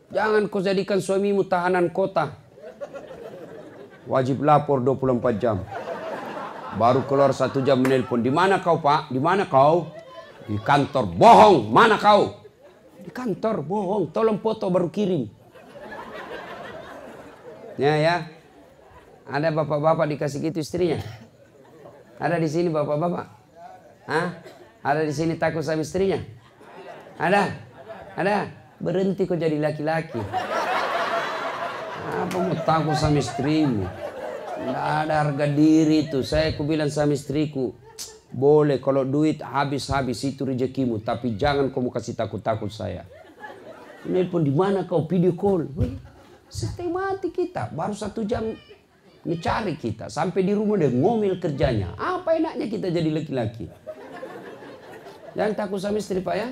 Jangan kau jadikan suamimu tahanan kota. Wajib lapor 24 jam. Baru keluar 1 jam menelpon. Di mana kau, Pak? Di mana kau? Di kantor. Bohong. Mana kau? Di kantor. Bohong. Tolong foto baru kirim. Ya. Ada bapak-bapak dikasih gitu istrinya? Ada di sini bapak-bapak? Hah? Ada di sini takut sama istrinya? Ada? Berhenti kau jadi laki-laki. Apa mau takut sama istrimu? Tidak ada harga diri itu. Saya bilang sama istriku, boleh kalau duit habis-habis itu rezekimu, tapi jangan kamu kasih takut-takut saya. Nelpon di mana kau? Video call. Setengah mati kita. Baru 1 jam mencari kita. Sampai di rumah dia ngomel kerjanya. Apa enaknya kita jadi laki-laki? Jangan takut sama istri, Pak, ya.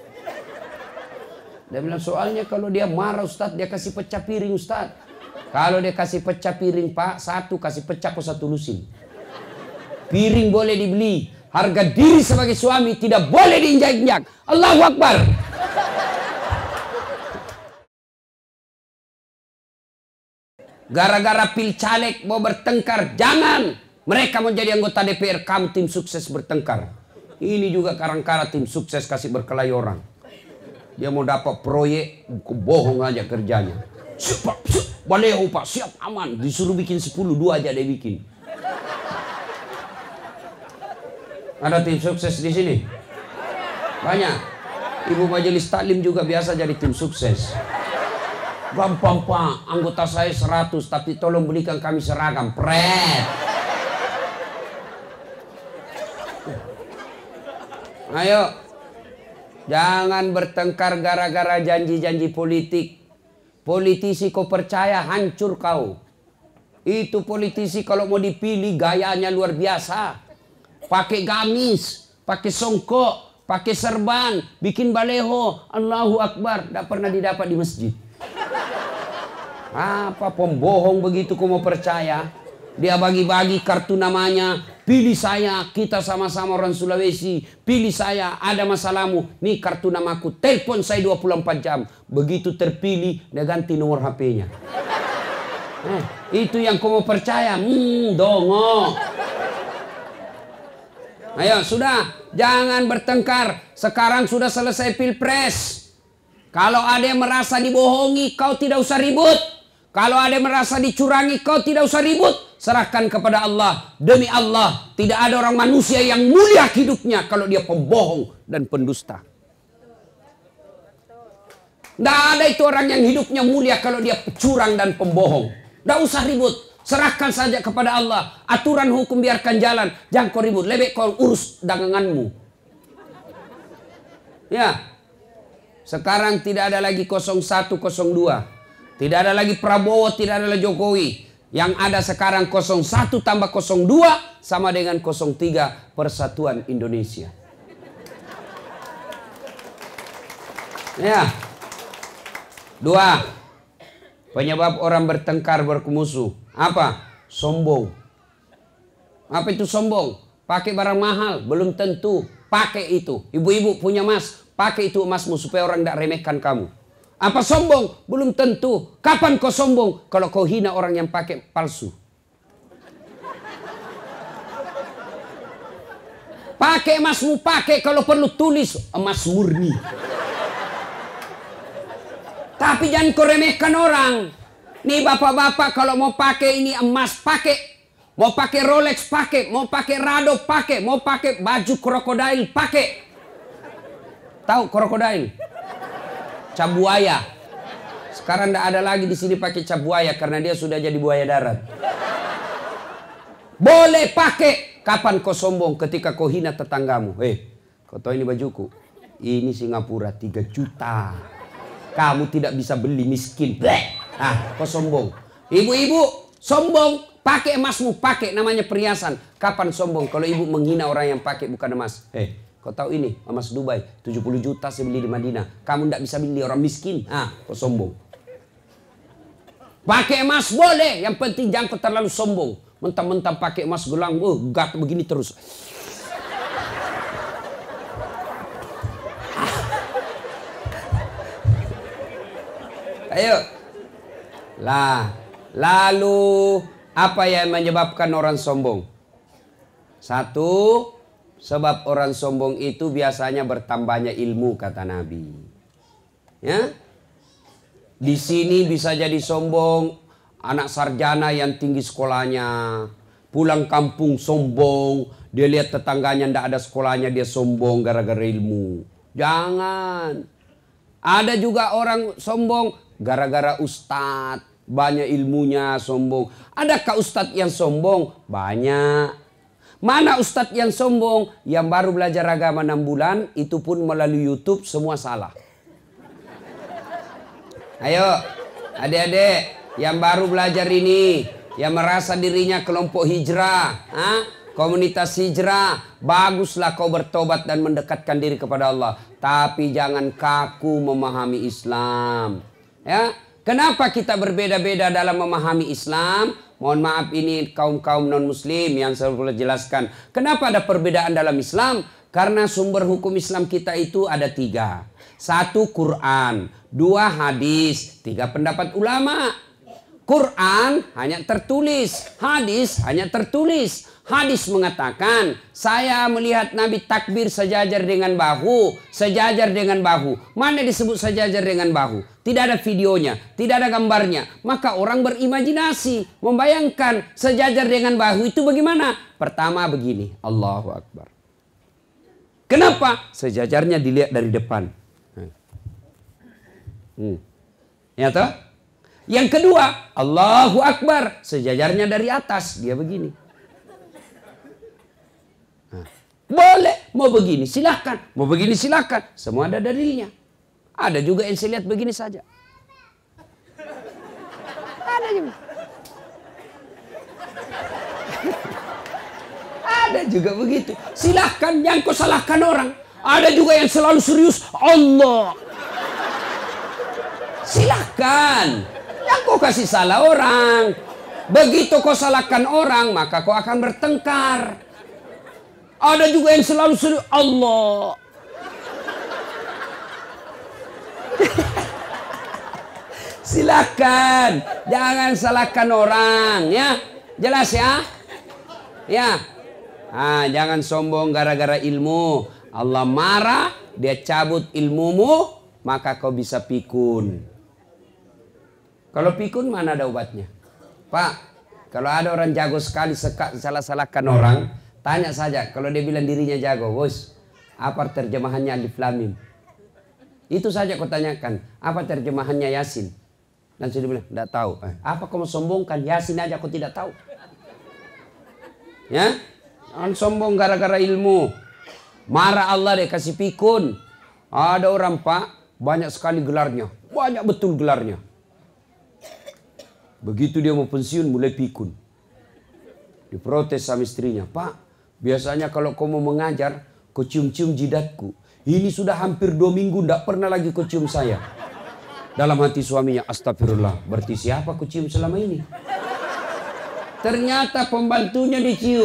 Dia bilang soalnya kalau dia marah Ustadz, dia kasih pecah piring Ustadz. Kalau dia kasih pecah piring, Pak, 1 kasih pecah kau 1 lusin. Piring boleh dibeli. Harga diri sebagai suami tidak boleh diinjak-injak. Allahu Akbar. Gara-gara pil caleg mau bertengkar, jangan. Mereka mau jadi anggota DPR, kamu tim sukses bertengkar. Ini juga karang-kara tim sukses kasih berkelahi orang. Dia mau dapat proyek, bohong aja kerjanya. Siap, baleho Pak, siap, aman. Disuruh bikin 10, 2 aja dia bikin. Ada tim sukses di sini? Banyak. Ibu majelis taklim juga biasa jadi tim sukses. Gampang Pak, anggota saya 100, tapi tolong belikan kami seragam. Pret. Ayo, jangan bertengkar gara-gara janji-janji politik. Politisi kau percaya, hancur kau. Itu politisi kalau mau dipilih gayanya luar biasa. Pakai gamis, pakai songkok, pakai serban, bikin baleho. Allahu Akbar, tidak pernah didapat di masjid. Apa pembohong begitu kau mau percaya? Dia bagi-bagi kartu namanya. Pilih saya, kita sama-sama orang Sulawesi. Pilih saya, ada masalahmu. Nih kartu namaku, telepon saya 24 jam. Begitu terpilih, dia ganti nomor HP-nya. Itu yang kau mau percaya? Dongo. Ayo, sudah. Jangan bertengkar. Sekarang sudah selesai pilpres. Kalau ada yang merasa dibohongi, kau tidak usah ribut. Kalau ada yang merasa dicurangi, kau tidak usah ribut. Serahkan kepada Allah. Demi Allah, tidak ada orang manusia yang mulia hidupnya kalau dia pembohong dan pendusta. Tidak ada itu orang yang hidupnya mulia kalau dia curang dan pembohong. Tidak usah ribut. Serahkan saja kepada Allah. Aturan hukum biarkan jalan. Jangan kau ribut. Lebih kau urus daganganmu. Ya. Sekarang tidak ada lagi 01, 02. Tidak ada lagi Prabowo, tidak ada lagi Jokowi. Yang ada sekarang 01 tambah 02 sama dengan 03 Persatuan Indonesia. Ya. 2. Penyebab orang bertengkar bermusuh. Apa? Sombong. Apa itu sombong? Pakai barang mahal, belum tentu. Pakai itu. Ibu-ibu punya emas, pakai itu emasmu supaya orang tidak remehkan kamu. Apa sombong? Belum tentu. Kapan kau sombong? Kalau kau hina orang yang pakai palsu. Pakai emasmu, pakai kalau perlu tulis emas murni. Tapi jangan kau remehkan orang. Nih bapak-bapak kalau mau pakai ini emas, pakai. Mau pakai Rolex, pakai. Mau pakai Rado, pakai. Mau pakai baju krokodil, pakai. Tahu krokodil? Cabuaya. Sekarang tidak ada lagi di sini pakai cabuaya karena dia sudah jadi buaya darat. Boleh pakai. Kapan kau sombong? Ketika kau hina tetanggamu. Kau tahu ini bajuku? Ini Singapura 3 juta. Kamu tidak bisa beli, miskin. Kau sombong. Ibu-ibu sombong. Pakai emasmu, pakai, namanya perhiasan. Kapan sombong? Kalau ibu menghina orang yang pakai bukan emas. Kau tahu ini emas Dubai 70 juta saya beli di Madinah. Kamu tidak bisa beli, orang miskin. Kau sombong. Pakai emas boleh, yang penting jangan kau terlalu sombong. Mentang-mentang pakai emas gelang, gak begini terus. Ayo. Lah, lalu apa yang menyebabkan orang sombong? Satu, sebab orang sombong itu biasanya bertambahnya ilmu, kata Nabi. Ya, di sini bisa jadi sombong anak sarjana yang tinggi sekolahnya, pulang kampung sombong, dia lihat tetangganya ndak ada sekolahnya, dia sombong gara-gara ilmu. Jangan. Ada juga orang sombong gara-gara ustadz, banyak ilmunya sombong. Adakah ustadz yang sombong? Banyak. Mana ustadz yang sombong? Yang baru belajar agama 6 bulan, itu pun melalui YouTube semua salah. Ayo, adik-adik yang baru belajar ini, yang merasa dirinya kelompok hijrah, komunitas hijrah, baguslah kau bertobat dan mendekatkan diri kepada Allah. Tapi jangan kaku memahami Islam. Ya, kenapa kita berbeda-beda dalam memahami Islam? Mohon maaf, ini kaum-kaum non-muslim yang saya boleh jelaskan. Kenapa ada perbedaan dalam Islam? Karena sumber hukum Islam kita itu ada 3. 1 Quran, 2 hadis, 3 pendapat ulama. Quran hanya tertulis, hadis hanya tertulis. Hadis mengatakan, saya melihat Nabi takbir sejajar dengan bahu, sejajar dengan bahu. Mana disebut sejajar dengan bahu? Tidak ada videonya, tidak ada gambarnya. Maka orang berimajinasi, membayangkan sejajar dengan bahu itu bagaimana? Pertama begini, Allahu Akbar. Kenapa? Sejajarnya dilihat dari depan. Ya toh? Yang kedua, Allahu Akbar, sejajarnya dari atas, dia begini. Boleh, mau begini silahkan, mau begini silahkan, semua ada dalilnya. Ada juga yang saya lihat begini saja. Ada juga. Ada juga begitu. Silahkan, jangan kau salahkan orang. Ada juga yang selalu serius, Allah. Silahkan, jangan kau kasih salah orang. Begitu kau salahkan orang, maka kau akan bertengkar. Ada juga yang selalu serius, Allah. Silakan, jangan salahkan orang, ya. Jelas ya? Ya. Jangan sombong gara-gara ilmu. Allah marah, dia cabut ilmumu, maka kau bisa pikun. Kalau pikun mana ada obatnya? Pak, kalau ada orang jago sekali salah-salahkan orang, tanya saja. Kalau dia bilang dirinya jago, bos, apa terjemahannya Alif Lam Mim? Itu saja kau tanyakan. Apa terjemahannya Yasin? Dan sudah bilang, tidak tahu. Apa kau mau sombongkan? Yasin aja kau tidak tahu. Ya, jangan sombong gara-gara ilmu. Marah Allah dia kasih pikun. Ada orang pak, banyak sekali gelarnya, banyak betul gelarnya. Begitu dia mau pensiun mulai pikun. Diprotes sama istrinya, Pak, biasanya kalau kau mau mengajar, kau cium-cium jidatku. Ini sudah hampir 2 minggu tidak pernah lagi kau cium saya. Dalam hati suaminya, astagfirullah, berarti siapa kau cium selama ini? Ternyata pembantunya dicium.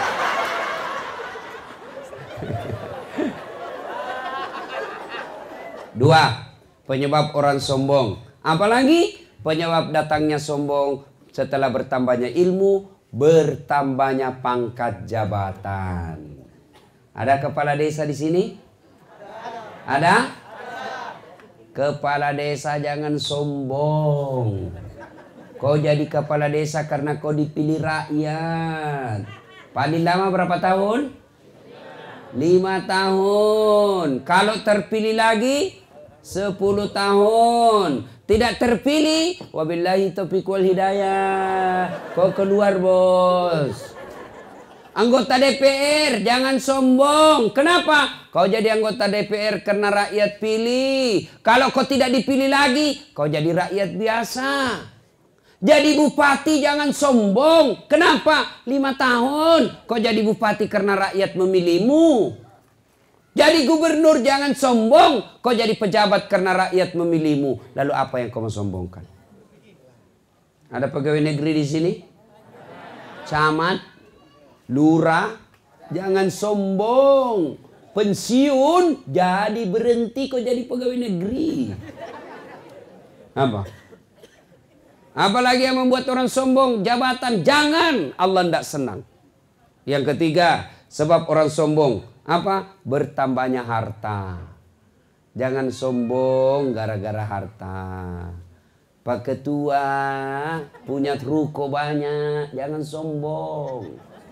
Dua, penyebab orang sombong. Apalagi penyebab datangnya sombong setelah bertambahnya ilmu, bertambahnya pangkat jabatan. Ada kepala desa di sini? Ada? Kepala desa jangan sombong. Kau jadi kepala desa karena kau dipilih rakyat. Paling lama berapa tahun? 5 tahun. Kalau terpilih lagi 10 tahun. Tidak terpilih, wabillahi taufiq wal hidayah. Kau keluar, bos. Anggota DPR jangan sombong. Kenapa? Kau jadi anggota DPR karena rakyat pilih. Kalau kau tidak dipilih lagi, kau jadi rakyat biasa. Jadi bupati jangan sombong. Kenapa? 5 tahun kau jadi bupati karena rakyat memilihmu. Jadi gubernur jangan sombong. Kau jadi pejabat karena rakyat memilihmu. Lalu apa yang kau mau sombongkan? Ada pegawai negeri di sini? Camat, lurah, jangan sombong. Pensiun jadi berhenti kau jadi pegawai negeri. Apa? Apalagi yang membuat orang sombong? Jabatan. Jangan, Allah tidak senang. Yang ketiga, sebab orang sombong apa? Bertambahnya harta. Jangan sombong gara-gara harta. Pak Ketua punya ruko banyak, jangan sombong.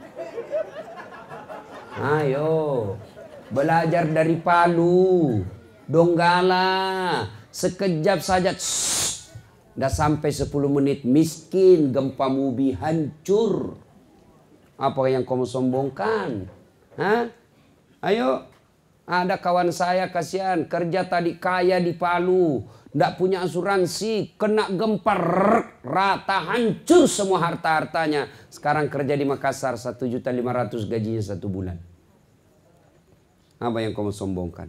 Ayo, belajar dari Palu, Donggala, sekejap saja. Udah sampai 10 menit miskin, gempa bumi hancur. Apa yang kamu sombongkan? Hah? Ayo, ada kawan saya kasihan kerja tadi kaya di Palu, ndak punya asuransi, kena gempa rata hancur semua harta-hartanya. Sekarang kerja di Makassar 1.500.000 gajinya 1 bulan. Apa yang kamu sombongkan?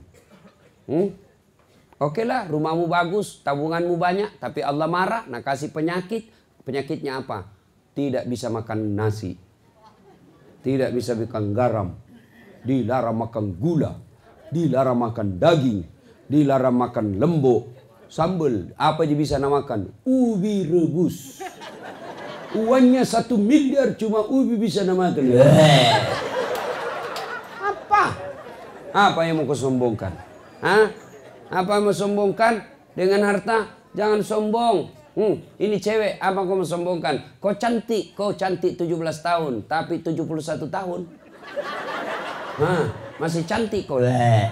Oke lah, rumahmu bagus, tabunganmu banyak, tapi Allah marah, nah kasih penyakit. Penyakitnya apa? Tidak bisa makan nasi, tidak bisa makan garam, dilarang makan gula, dilarang makan daging, dilarang makan lembok, sambal, apa aja bisa namakan? Ubi rebus. Uangnya 1 miliar cuma ubi bisa namakan. Apa? Apa yang mau kau sombongkan? Hah? Apa yang mau sombongkan dengan harta? Jangan sombong. Ini cewek, apa kau mau sombongkan? Kau cantik 17 tahun, tapi 71 tahun. Hah, masih cantik kau.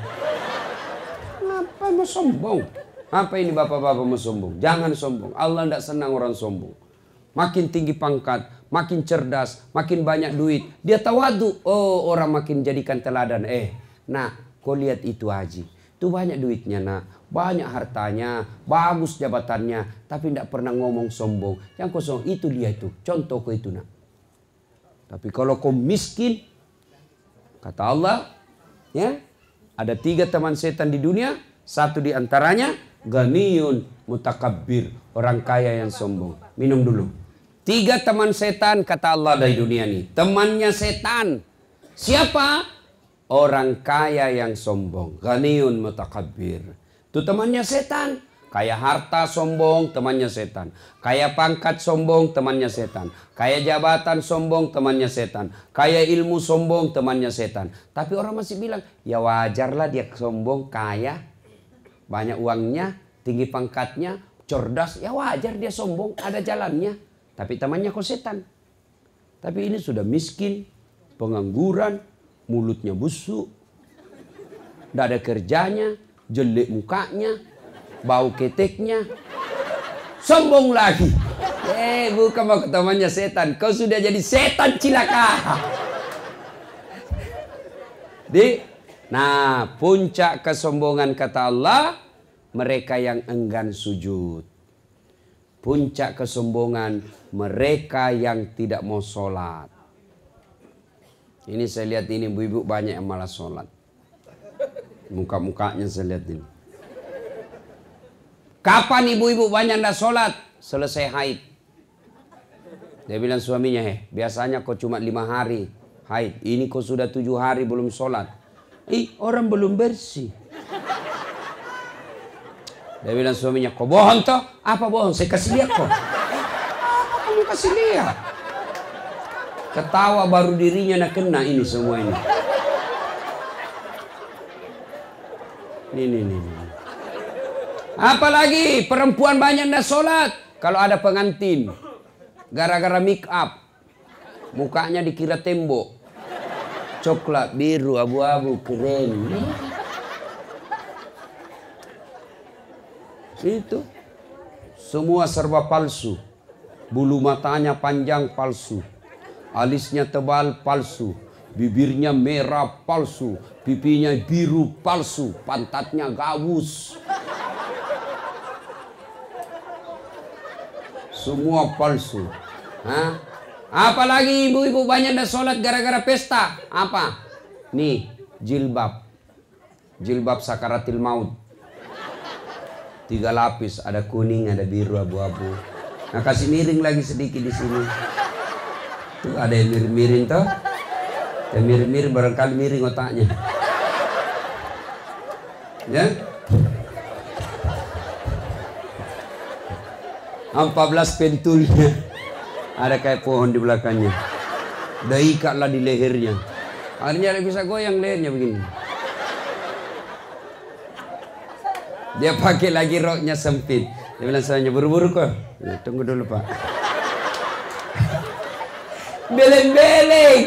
Apa mau sombong? Apa ini bapak-bapak mau sombong? Jangan sombong. Allah tidak senang orang sombong. Makin tinggi pangkat, makin cerdas, makin banyak duit, dia tawadu. Oh, orang makin jadikan teladan. Nak, kau lihat itu Haji. Itu banyak duitnya nak, banyak hartanya, bagus jabatannya, tapi tidak pernah ngomong sombong. Yang kau sombong itu dia itu, contoh kau itu nak. Tapi kalau kau miskin, kata Allah, ya, ada 3 teman setan di dunia. Satu di antaranya ganiyun mutakabbir, orang kaya yang sombong. Minum dulu. 3 teman setan kata Allah dari dunia ini. Temannya setan. Siapa? Orang kaya yang sombong. Ganiyun mutakabbir. Itu temannya setan. Kaya harta sombong, temannya setan. Kaya pangkat sombong, temannya setan. Kaya jabatan sombong, temannya setan. Kaya ilmu sombong, temannya setan. Tapi orang masih bilang, ya wajarlah dia sombong, kaya, banyak uangnya, tinggi pangkatnya, cerdas. Ya wajar dia sombong, ada jalannya. Tapi temannya kok setan. Tapi ini sudah miskin, pengangguran, mulutnya busuk, tidak ada kerjanya, jelek mukanya, bau keteknya, sombong lagi. Bukan mau temannya setan, kau sudah jadi setan cilaka. Nah, puncak kesombongan kata Allah, mereka yang enggan sujud. Puncak kesombongan, mereka yang tidak mau sholat. Ini saya lihat ini ibu-ibu banyak yang malas sholat. Muka-mukanya saya lihat ini. Kapan ibu-ibu banyak tidak sholat? Selesai haid. Dia bilang suaminya, biasanya kau cuma 5 hari haid. Ini kau sudah 7 hari belum sholat. Orang belum bersih. Dia bilang suaminya, kau bohong toh? Apa bohong? Saya kasih lihat kok. Apa kamu kasih lihat? Ketawa baru dirinya nak kena ini semua ini. Ini. Apalagi perempuan banyak ndak sholat. Kalau ada pengantin, gara-gara make up, mukanya dikira tembok, coklat, biru, abu-abu, keren. Itu semua serba palsu. Bulu matanya panjang palsu, alisnya tebal palsu, bibirnya merah palsu, pipinya biru palsu, pantatnya gabus. Semua palsu. Apalagi ibu-ibu banyak dah sholat gara-gara pesta. Apa? Nih, jilbab. Jilbab sakaratil maut. 3 lapis, ada kuning, ada biru, abu-abu. Nah, kasih miring lagi sedikit di sini. Tuh ada yang miring-miring toh. Yang miring-miring barangkali miring otaknya. Ya. 14 pentulnya. Ada kayak pohon di belakangnya. Udah ikatlah di lehernya. Akhirnya dia bisa goyang lehernya begini. Dia pakai lagi roknya sempit. Dia bilang saya buru-buru kok. Ya, tunggu dulu Pak. Beleng-beleng.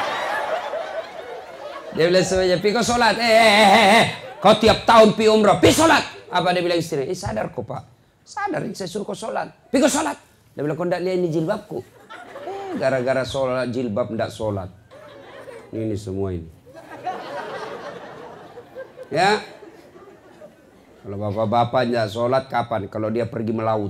Dia bilang semuanya, pi kau sholat. Kau tiap tahun pi umrah, pi sholat. Apa dia bilang istrinya? Sadar kok Pak. Sadar, saya suruh kau sholat. Pi kau sholat. Dia bilang, kau tidak lihat ini jilbabku. Gara-gara sholat jilbab tidak sholat. Ini semua ini. Ya. Kalau bapak-bapak tidak sholat kapan? Kalau dia pergi melaut.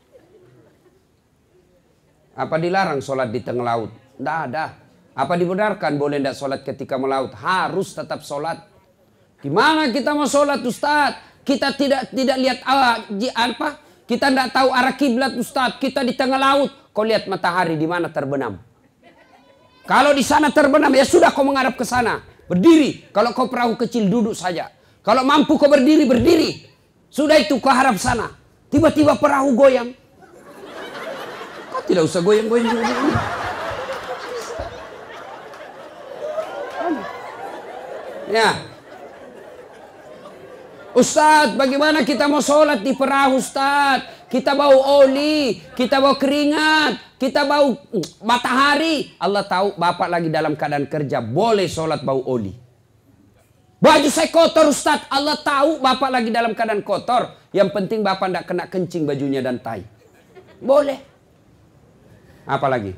Apa dilarang sholat di tengah laut? Tidak ada. Apa dibenarkan boleh tidak sholat ketika melaut? Harus tetap sholat. Gimana kita mau sholat Ustaz? Kita tidak lihat apa? Kita tidak tahu arah kiblat Ustaz. Kita di tengah laut. Kau lihat matahari di mana terbenam. Kalau di sana terbenam ya sudah kau menghadap ke sana. Berdiri. Kalau kau perahu kecil duduk saja. Kalau mampu kau berdiri, berdiri. Sudah itu kau harap sana. Tiba-tiba perahu goyang. Kau tidak usah goyang-goyang juga. Ya. Ustadz, bagaimana kita mau sholat di perahu Ustadz? Kita bau oli, kita bau keringat, kita bau matahari. Allah tahu bapak lagi dalam keadaan kerja, boleh sholat bau oli. Baju saya kotor Ustadz, Allah tahu bapak lagi dalam keadaan kotor. Yang penting bapak tidak kena kencing bajunya dan tai. Boleh. Apa lagi?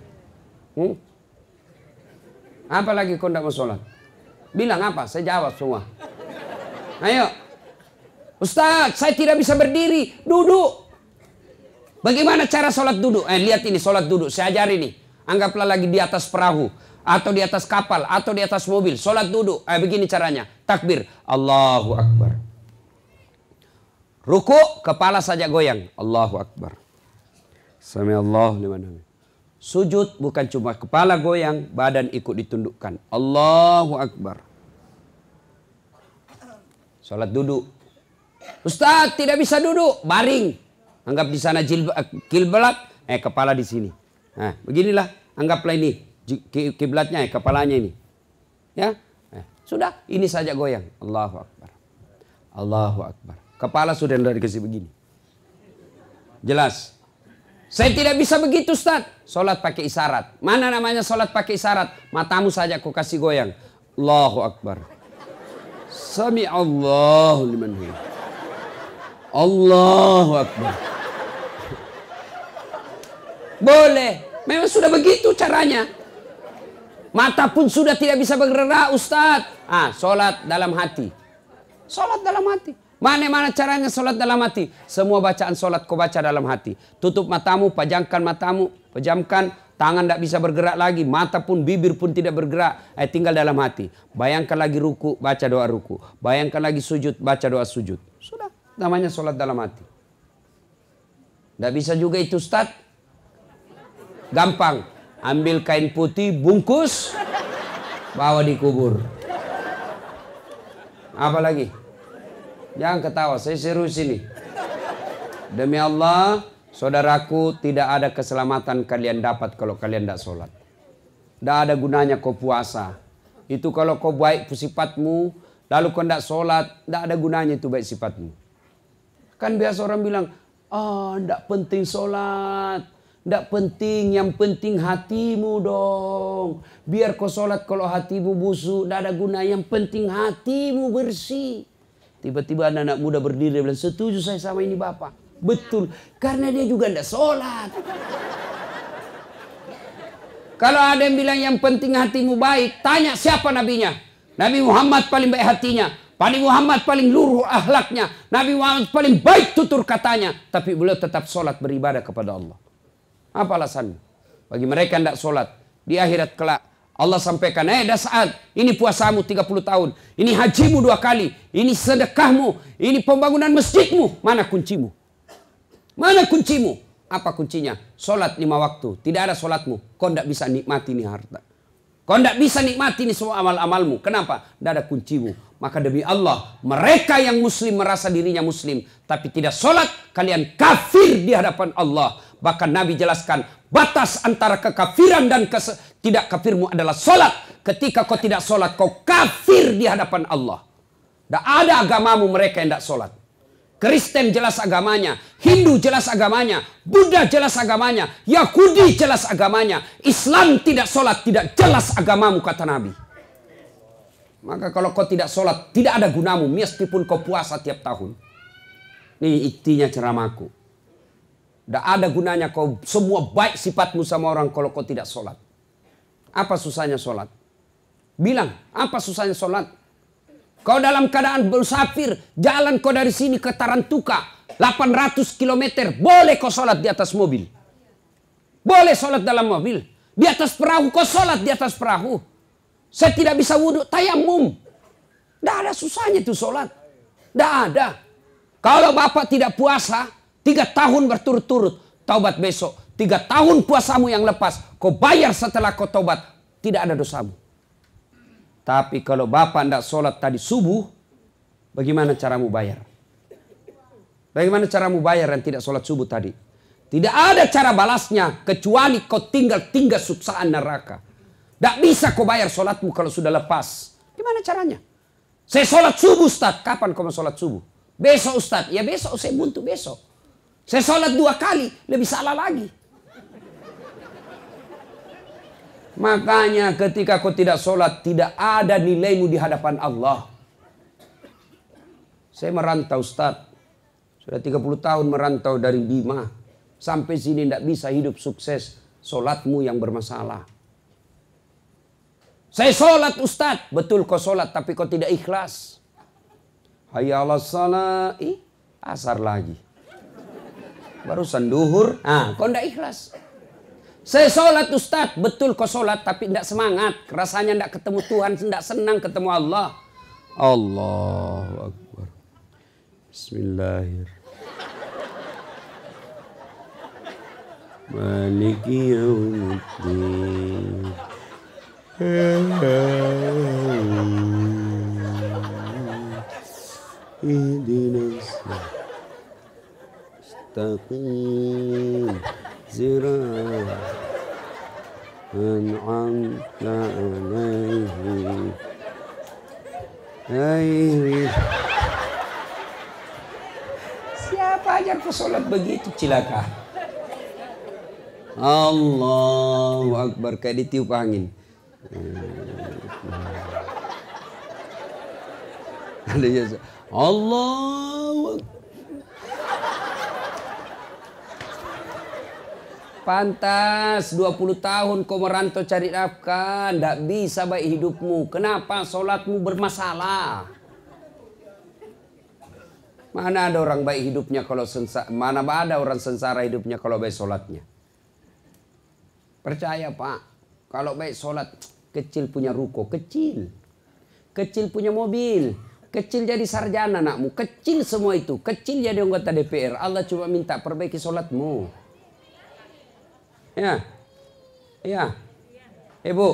Apa lagi kau tidak mau sholat? Bilang apa? Saya jawab semua. Ayo. Ustadz, saya tidak bisa berdiri. Duduk. Bagaimana cara sholat duduk? Lihat ini sholat duduk. Saya ajari nih. Anggaplah lagi di atas perahu. Atau di atas kapal, atau di atas mobil. Sholat duduk. Begini caranya. Takbir. Allahu Akbar. Ruku, kepala saja goyang. Allahu Akbar. Sami Allah liman hamid. Sujud bukan cuma kepala goyang, badan ikut ditundukkan. Allahu Akbar. Sholat duduk. Ustaz, tidak bisa duduk. Baring. Anggap di sana kiblat, kepala di sini. Nah, beginilah. Anggaplah ini. Kiblatnya kepalanya ini. Ya. Sudah, ini saja goyang. Allahu Akbar. Allahu Akbar. Kepala sudah dikasih begini. Jelas. Saya tidak bisa begitu Ustaz. Sholat pakai isyarat. Mana namanya sholat pakai isyarat? Matamu saja kau kasih goyang. Allahu Akbar. Sami Allahu liman hamid. Allahu Akbar. Boleh. Memang sudah begitu caranya. Mata pun sudah tidak bisa bergerak Ustaz. Sholat dalam hati. Sholat dalam hati. Mana caranya sholat dalam hati? Semua bacaan sholat kau baca dalam hati. Tutup matamu, pejamkan. Tangan tidak bisa bergerak lagi. Mata pun, bibir pun tidak bergerak. Tinggal dalam hati. Bayangkan lagi ruku, baca doa ruku. Bayangkan lagi sujud, baca doa sujud. Sudah. Namanya sholat dalam hati. Tidak bisa juga itu Ustaz. Gampang. Ambil kain putih, bungkus, bawa dikubur. Apa lagi? Jangan ketawa, saya serius ini. Demi Allah, saudaraku, tidak ada keselamatan kalian dapat kalau kalian tidak sholat. Tidak ada gunanya kau puasa. Itu kalau kau baik sifatmu, lalu kau tidak sholat, tidak ada gunanya itu baik sifatmu. Kan biasa orang bilang, tidak penting sholat. Tidak penting, yang penting hatimu dong. Biar kau sholat kalau hatimu busuk, tidak ada guna. Yang penting hatimu bersih. Tiba-tiba anak-anak muda berdiri bilang, setuju saya sama ini Bapak. Betul, karena dia juga tidak sholat. Kalau ada yang bilang yang penting hatimu baik, tanya siapa nabinya. Nabi Muhammad paling baik hatinya. Nabi Muhammad paling luruh akhlaknya. Nabi Muhammad paling baik tutur katanya. Tapi beliau tetap sholat beribadah kepada Allah. Apa alasannya? Bagi mereka yang tidak sholat. Di akhirat kelak. Allah sampaikan, dah saat. Ini puasamu 30 tahun. Ini hajimu 2 kali. Ini sedekahmu. Ini pembangunan masjidmu. Mana kuncimu? Mana kuncimu? Apa kuncinya? Sholat 5 waktu. Tidak ada sholatmu. Kau tidak bisa nikmati ini harta. Kau tidak bisa nikmati ini semua amal-amalmu. Kenapa? Tidak ada kuncimu. Maka demi Allah, mereka yang muslim merasa dirinya muslim, tapi tidak sholat, kalian kafir di hadapan Allah. Bahkan Nabi jelaskan, batas antara kekafiran dan tidak kafirmu adalah sholat. Ketika kau tidak sholat, kau kafir di hadapan Allah. Tidak ada agamamu mereka yang tidak sholat. Kristen jelas agamanya, Hindu jelas agamanya, Buddha jelas agamanya, Yahudi jelas agamanya. Islam tidak sholat, tidak jelas agamamu, kata Nabi. Maka kalau kau tidak sholat, tidak ada gunamu meskipun kau puasa tiap tahun. Ini intinya ceramahku. Tidak ada gunanya kau semua baik sifatmu sama orang kalau kau tidak sholat. Apa susahnya sholat? Bilang, apa susahnya sholat? Kau dalam keadaan musafir, jalan kau dari sini ke Tarantuka, 800 km, boleh kau sholat di atas mobil. Boleh sholat dalam mobil. Di atas perahu, kau sholat di atas perahu. Saya tidak bisa wudhu, tayamum. Tidak ada susahnya itu sholat. Tidak ada. Kalau bapak tidak puasa, 3 tahun berturut-turut, taubat besok. 3 tahun puasamu yang lepas, kau bayar setelah kau taubat. Tidak ada dosamu. Tapi kalau bapak tidak sholat tadi subuh, bagaimana caramu bayar? Bagaimana caramu bayar yang tidak sholat subuh tadi? Tidak ada cara balasnya, kecuali kau tinggal suksaan neraka. Tidak bisa kau bayar sholatmu kalau sudah lepas. Gimana caranya? Saya sholat subuh Ustaz. Kapan kau mau sholat subuh? Besok Ustaz. Ya besok saya buntu besok. Saya sholat 2 kali. Lebih salah lagi. Makanya ketika kau tidak sholat, tidak ada nilaimu di hadapan Allah. Saya merantau Ustaz. Sudah 30 tahun merantau dari Bima. Sampai sini tidak bisa hidup sukses. Sholatmu yang bermasalah. Saya sholat Ustaz. Betul kau sholat tapi kau tidak ikhlas. Hayya 'alas shalah. Asar lagi. Barusan duhur. Kau tidak ikhlas. Saya sholat Ustaz. Betul kau sholat tapi tidak semangat. Rasanya tidak ketemu Tuhan. Tidak senang ketemu Allah. Allahu Akbar. Bismillahirrahmanirrahim. Maliki yaumiddin. Ihdinas mustaqim siratal an'amta 'alaihim. Siapa ajar kau sholat begitu cilaka? Allahu Akbar, kayak ditiup angin. Allah. Pantas 20 tahun kau merantau cari nafkah, tidak bisa baik hidupmu. Kenapa sholatmu bermasalah? Mana ada orang baik hidupnya kalau sengsara? Mana ada orang sengsara hidupnya kalau baik sholatnya? Percaya Pak, kalau baik sholat, kecil punya ruko, kecil punya mobil, kecil jadi sarjana anakmu, kecil semua itu, kecil jadi anggota DPR. Allah cuma minta perbaiki sholatmu. Ya, ibu,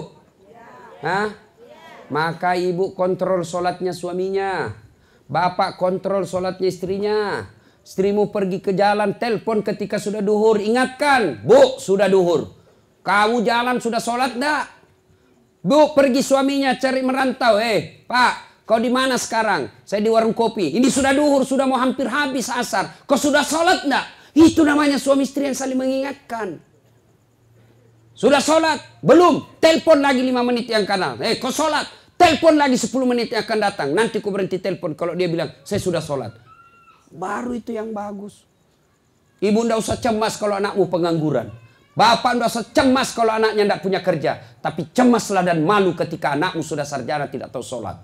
maka ibu kontrol sholatnya suaminya, bapak kontrol sholatnya istrinya. Istrimu pergi ke jalan, telepon ketika sudah duhur, ingatkan, Bu, sudah duhur. Kamu jalan sudah sholat enggak? Bu, pergi suaminya cari merantau. Pak, kau di mana sekarang? Saya di warung kopi. Ini sudah duhur, sudah mau hampir habis asar. Kau sudah sholat enggak? Itu namanya suami istri yang saling mengingatkan. Sudah sholat? Belum. Telepon lagi 5 menit yang akan datang. Kau sholat? Telepon lagi 10 menit yang akan datang. Nanti kau berhenti telepon kalau dia bilang, saya sudah sholat. Baru itu yang bagus. Ibu ndak usah cemas kalau anakmu pengangguran. Bapak ndak usah cemas kalau anaknya ndak punya kerja. Tapi cemaslah dan malu ketika anakmu sudah sarjana tidak tahu sholat.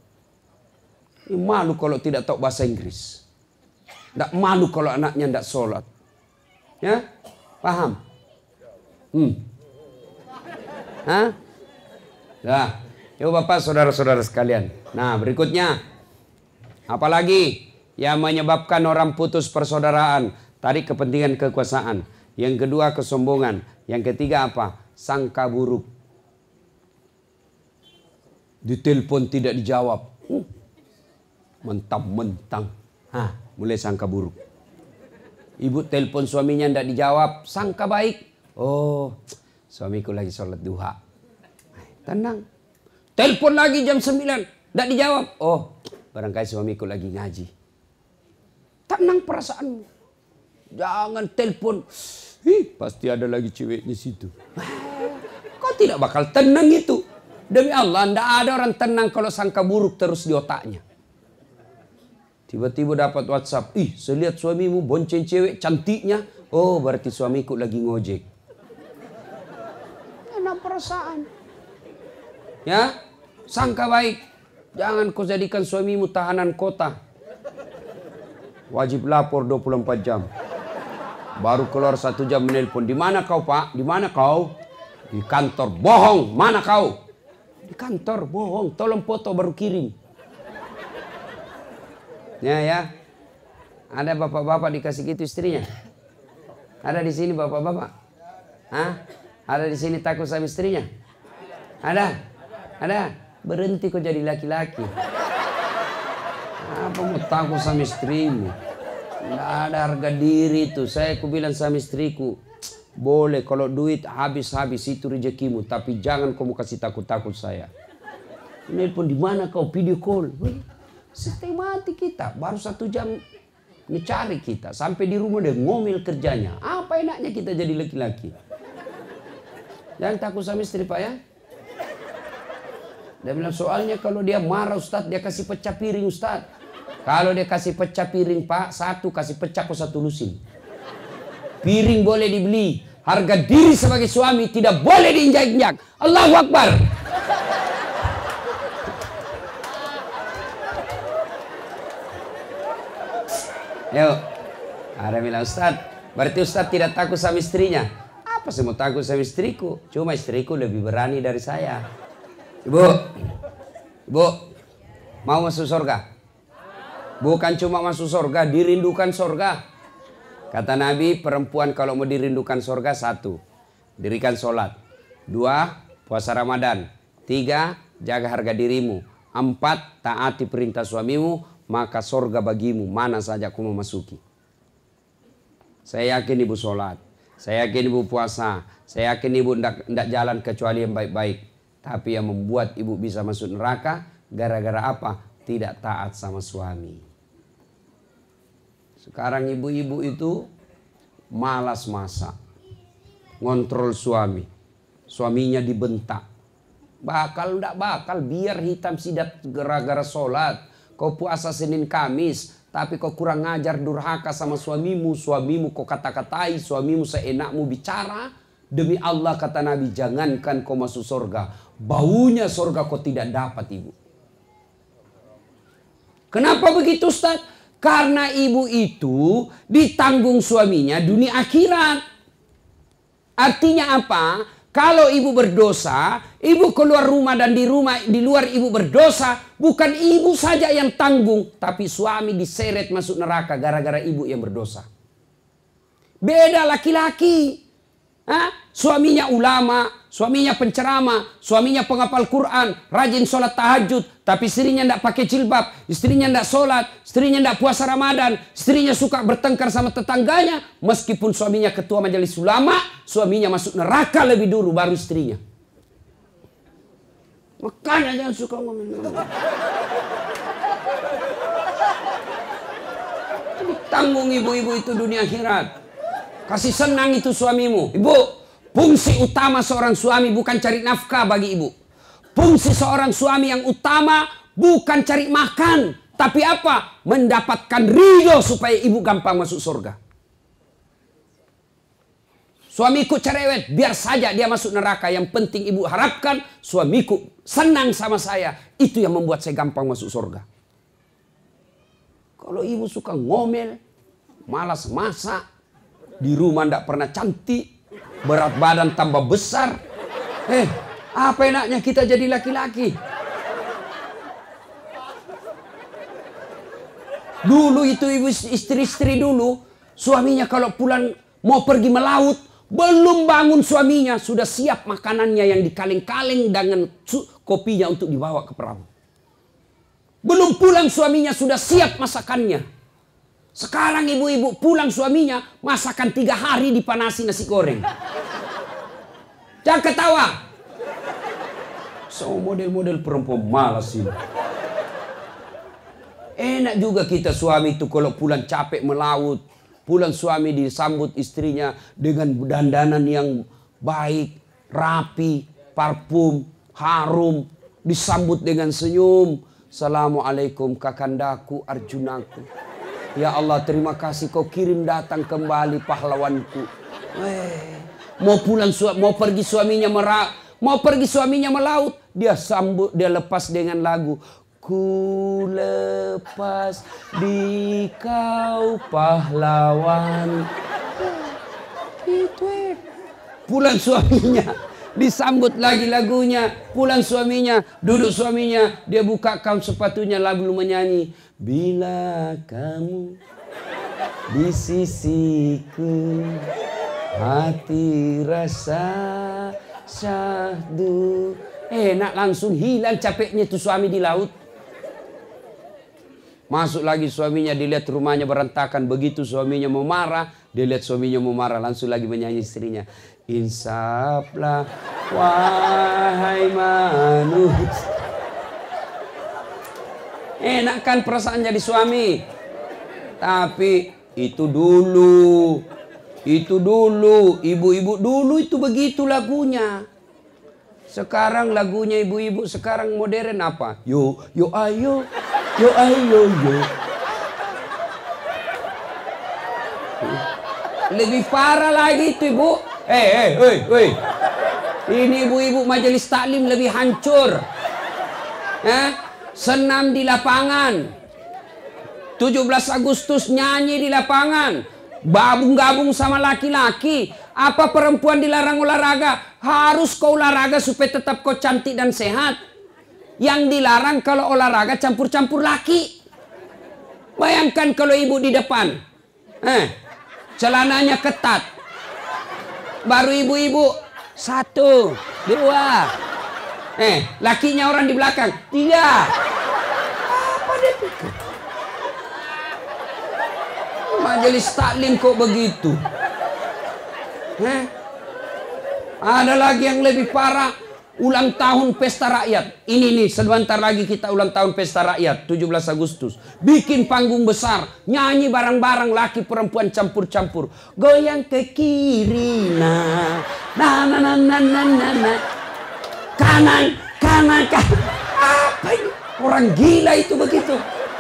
Malu kalau tidak tahu bahasa Inggris. Ndak malu kalau anaknya ndak sholat. Ya? Paham? Nah, yuk Bapak saudara-saudara sekalian. Nah, berikutnya. Apalagi yang menyebabkan orang putus persaudaraan? Tadi kepentingan kekuasaan. Yang kedua kesombongan. Yang ketiga apa? Sangka buruk. Ditelepon tidak dijawab. Mentang-mentang. Mulai sangka buruk. Ibu telepon suaminya ndak dijawab, sangka baik. Oh, suamiku lagi sholat duha. Tenang. Telepon lagi jam 9, ndak dijawab. Oh, barangkali suamiku lagi ngaji. Tenang perasaanmu. Jangan telepon. Pasti ada lagi ceweknya situ. Kau tidak bakal tenang itu. Demi Allah, ndak ada orang tenang kalau sangka buruk terus di otaknya. Tiba-tiba dapat WhatsApp. Saya lihat suamimu bonceng cewek cantiknya. Oh, berarti suamiku lagi ngojek. Enak perasaan. Ya, sangka baik. Jangan kau jadikan suamimu tahanan kota. Wajib lapor 24 jam. Baru keluar 1 jam menelpon. Di mana kau, Pak? Di mana kau? Di kantor. Bohong. Mana kau? Di kantor. Bohong. Tolong foto baru kirim. Ya. Ada bapak-bapak dikasih gitu istrinya? Ada di sini bapak-bapak? Ada di sini takut sama istrinya? Ada? Berhenti kok jadi laki-laki. Apa mau takut sama istrimu? Nggak ada harga diri itu. Aku bilang sama istriku, boleh kalau duit habis-habis itu rezekimu, tapi jangan kamu kasih takut-takut saya. Nelpon di mana kau? Video call. Sistematik kita. Baru 1 jam mencari kita. Sampai di rumah dia ngomel kerjanya. Apa enaknya kita jadi laki-laki? Jangan takut sama istri, Pak, ya. Dia bilang soalnya kalau dia marah Ustadz, dia kasih pecah piring Ustadz. Kalau dia kasih pecah piring, Pak, 1 kasih pecah kok 1 lusin. Piring boleh dibeli. Harga diri sebagai suami tidak boleh diinjak-injak. Allahu Akbar. Yuk. Ada bilang Ustadz, berarti Ustadz tidak takut sama istrinya. Apa sih mau takut sama istriku? Cuma istriku lebih berani dari saya. Ibu, mau masuk surga? Bukan cuma masuk surga, dirindukan surga. Kata Nabi, perempuan kalau mau dirindukan surga 1, dirikan sholat. 2, puasa Ramadan. 3, jaga harga dirimu. 4, taati perintah suamimu. Maka surga bagimu mana saja aku memasuki. Saya yakin ibu sholat. Saya yakin ibu puasa. Saya yakin ibu tidak jalan kecuali yang baik-baik. Tapi yang membuat ibu bisa masuk neraka gara-gara apa? Tidak taat sama suami. Sekarang ibu-ibu itu malas masak. Ngontrol suami. Suaminya dibentak. Tidak bakal biar hitam sidat gara-gara sholat. Kau puasa Senin Kamis, tapi kau kurang ngajar durhaka sama suamimu. Suamimu kau kata-katai, suamimu seenakmu bicara. Demi Allah kata Nabi, jangankan kau masuk surga, baunya surga kau tidak dapat ibu. Kenapa begitu Ustaz? Karena ibu itu ditanggung suaminya dunia akhirat. Artinya apa? Kalau ibu berdosa, ibu keluar rumah dan di luar ibu berdosa, bukan ibu saja yang tanggung, tapi suami diseret masuk neraka gara-gara ibu yang berdosa. Beda laki-laki. Suaminya ulama, suaminya penceramah, suaminya penghafal Quran, rajin sholat tahajud, tapi istrinya tidak pakai jilbab, istrinya tidak sholat, istrinya tidak puasa Ramadan, istrinya suka bertengkar sama tetangganya, meskipun suaminya ketua majelis ulama, suaminya masuk neraka lebih dulu baru istrinya. Makanya jangan suka ngomong-ngomong. Tanggung ibu-ibu itu dunia akhirat. Kasih senang itu suamimu. Ibu, fungsi utama seorang suami bukan cari nafkah bagi ibu. Fungsi seorang suami yang utama bukan cari makan. Tapi apa? Mendapatkan ridho supaya ibu gampang masuk surga. Suamiku cerewet, biar saja dia masuk neraka. Yang penting ibu harapkan suamiku senang sama saya. Itu yang membuat saya gampang masuk surga. Kalau ibu suka ngomel, malas masak, di rumah tidak pernah cantik, berat badan tambah besar. Apa enaknya kita jadi laki-laki? Dulu itu ibu istri-istri dulu, suaminya kalau pulang mau pergi melaut, belum bangun suaminya, sudah siap makanannya yang dikaleng-kaleng dengan kopinya untuk dibawa ke perahu. Belum pulang suaminya sudah siap masakannya. Sekarang ibu-ibu pulang suaminya masakan 3 hari dipanasi nasi goreng. Jangan ketawa. So model-model perempuan malas ini. Enak juga kita suami itu kalau pulang capek melaut. Pulang suami disambut istrinya dengan dandanan yang baik, rapi, parfum, harum. Disambut dengan senyum. Assalamualaikum kakandaku, Arjunaku. Ya Allah, terima kasih kau kirim datang kembali pahlawanku. Mau pergi suaminya melaut, dia sambut, dia lepas dengan lagu. Ku lepas di kau pahlawan. Itu pulang suaminya, disambut lagi lagunya. Pulang suaminya, duduk suaminya, dia buka kaun sepatunya lalu menyanyi. Bila kamu di sisiku, hati rasa syahdu. Enak, langsung hilang capeknya tuh suami di laut. Masuk lagi suaminya, dilihat rumahnya berantakan. Begitu suaminya mau marah, dia lihat suaminya mau marah, langsung lagi menyanyi istrinya. Insaflah wahai manusia. Enak kan perasaan jadi suami. Tapi itu dulu. Ibu-ibu dulu itu begitu lagunya. Sekarang lagunya ibu-ibu sekarang modern apa? Yo ayo. Yo ayo yo. Lebih parah lagi itu ibu. Ini ibu-ibu majelis taklim lebih hancur. Senam di lapangan. 17 Agustus nyanyi di lapangan. Gabung sama laki-laki. Apa perempuan dilarang olahraga? Harus kau olahraga supaya tetap kau cantik dan sehat. Yang dilarang kalau olahraga campur-campur laki. Bayangkan kalau ibu di depan. Celananya ketat. Baru ibu-ibu 1, 2. Lakinya orang di belakang 3. Apa dia pikir? Majelis taklim kok begitu? Ada lagi yang lebih parah. Ulang tahun pesta rakyat. Ini nih, sebentar lagi kita ulang tahun pesta rakyat 17 Agustus. Bikin panggung besar, nyanyi bareng-bareng, laki perempuan campur-campur. Goyang ke kiri nah. Kanan. Apa ini? Orang gila itu begitu.